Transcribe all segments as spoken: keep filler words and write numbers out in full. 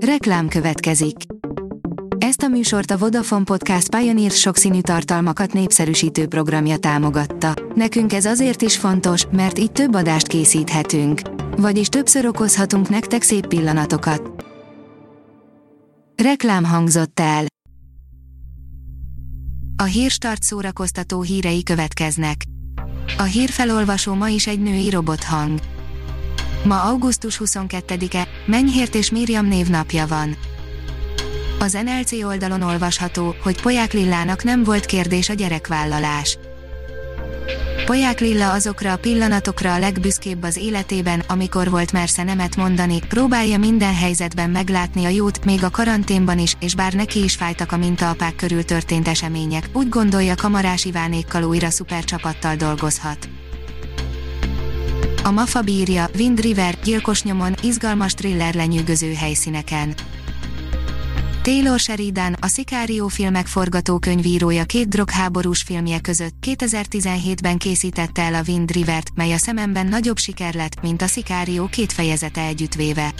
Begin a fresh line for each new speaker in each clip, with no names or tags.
Reklám következik. Ezt a műsort a Vodafone Podcast Pioneer sokszínű tartalmakat népszerűsítő programja támogatta. Nekünk ez azért is fontos, mert így több adást készíthetünk. Vagyis többször okozhatunk nektek szép pillanatokat. Reklám hangzott el. A Hírstart szórakoztató hírei következnek. A hírfelolvasó ma is egy női robothang. Ma augusztus huszonkettedike, Menyhért és Mirjam névnapja van. Az en el cé oldalon olvasható, hogy Poják Lillának nem volt kérdés a gyerekvállalás. Poják Lilla azokra a pillanatokra a legbüszkébb az életében, amikor volt mersze nemet mondani, próbálja minden helyzetben meglátni a jót, még a karanténban is, és bár neki is fájtak a mintaapák körül történt események, úgy gondolja, Kamarás Ivánékkal újra szupercsapattal dolgozhat. A MAFA bírja, Wind River, gyilkos nyomon, izgalmas thriller lenyűgöző helyszíneken. Taylor Sheridan, a Sicario filmek forgatókönyvírója két drogháborús filmje között kétezer-tizenhétben készítette el a Wind Rivert, mely a szememben nagyobb siker lett, mint a Sicario két fejezete együttvéve.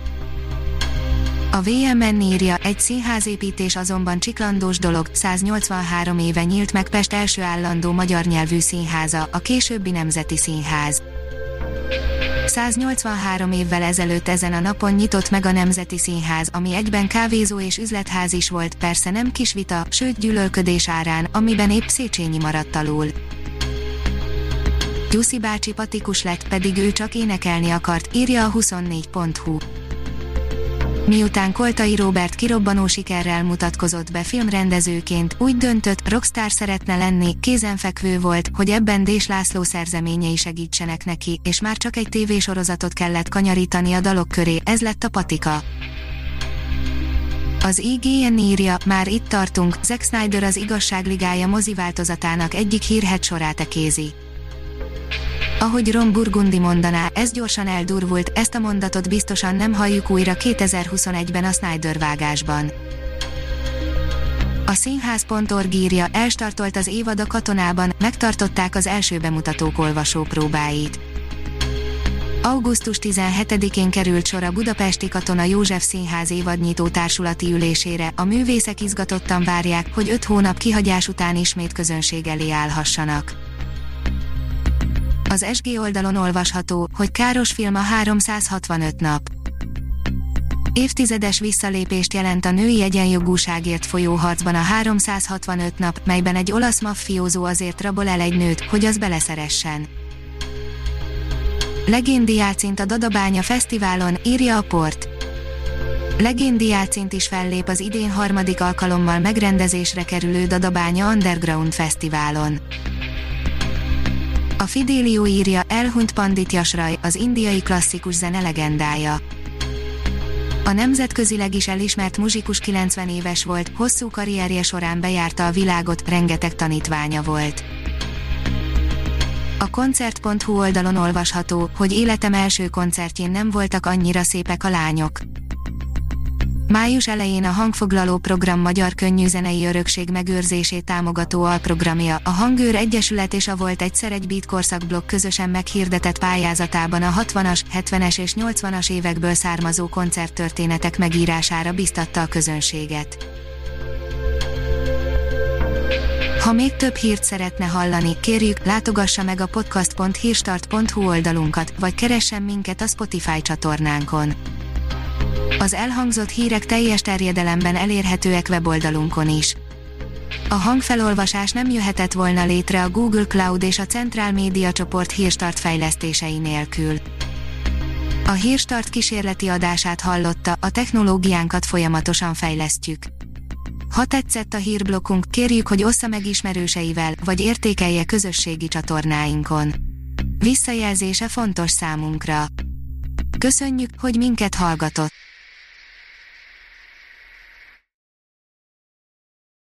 A vé em en írja, egy színházépítés azonban csiklandós dolog, száznyolcvanhárom éve nyílt meg Pest első állandó magyar nyelvű színháza, a későbbi Nemzeti Színház. száznyolcvanhárom évvel ezelőtt ezen a napon nyitott meg a Nemzeti Színház, ami egyben kávézó és üzletház is volt, persze nem kis vita, sőt gyűlölködés árán, amiben épp Széchenyi maradt alul. Gyuszi bácsi patikus lett, pedig ő csak énekelni akart, írja a huszonnégy pont hu. Miután Koltai Róbert kirobbanó sikerrel mutatkozott be filmrendezőként, úgy döntött, rockstar szeretne lenni, kézenfekvő volt, hogy ebben Dés László szerzeményei segítsenek neki, és már csak egy tévésorozatot kellett kanyarítani a dalok köré, ez lett a patika. Az i gé en írja, már itt tartunk, Zack Snyder az Igazság Ligája moziváltozatának egyik hírhedt sorát ekézi. Ahogy Ron Burgundy mondaná, ez gyorsan eldurvult, ezt a mondatot biztosan nem halljuk újra kétezer-huszonegyben a Snyder vágásban. A színház pont org írja, elstartolt az évad a Katonában, megtartották az első bemutatók olvasópróbáit. augusztus tizenhetedikén került sor a budapesti Katona József Színház évadnyitó társulati ülésére, a művészek izgatottan várják, hogy öt hónap kihagyás után ismét közönség elé állhassanak. Az es gé oldalon olvasható, hogy káros film a háromszázhatvanöt nap. Évtizedes visszalépést jelent a női egyenjogúságért folyó harcban a háromszázhatvanöt nap, melyben egy olasz maffiózó azért rabol el egy nőt, hogy az beleszeressen. Legéndi Jácint a Dadabánya Fesztiválon, írja a Port. Legéndi Jácint is fellép az idén harmadik alkalommal megrendezésre kerülő Dadabánya Underground Fesztiválon. A Fidelio írja, elhunyt Pandit Jasraj, az indiai klasszikus zene legendája. A nemzetközileg is elismert muzsikus kilencven éves volt, hosszú karrierje során bejárta a világot, rengeteg tanítványa volt. A koncert pont hu oldalon olvasható, hogy életem első koncertjén nem voltak annyira szépek a lányok. Május elején a Hangfoglaló Program magyar könnyűzenei örökség megőrzését támogató alprogramja, a Hangőr Egyesület és a Volt egyszer egy Beat korszakblokk közösen meghirdetett pályázatában a hatvanas, hetvenes és nyolcvanas évekből származó koncerttörténetek megírására biztatta a közönséget. Ha még több hírt szeretne hallani, kérjük, látogassa meg a podcast pont hírstart pont hu oldalunkat, vagy keressen minket a Spotify csatornánkon. Az elhangzott hírek teljes terjedelemben elérhetőek weboldalunkon is. A hangfelolvasás nem jöhetett volna létre a Google Cloud és a Centrál Média csoport Hírstart fejlesztései nélkül. A Hírstart kísérleti adását hallotta, a technológiánkat folyamatosan fejlesztjük. Ha tetszett a hírblokkunk, kérjük, hogy ossza meg ismerőseivel, vagy értékelje közösségi csatornáinkon. Visszajelzése fontos számunkra. Köszönjük, hogy minket hallgatott!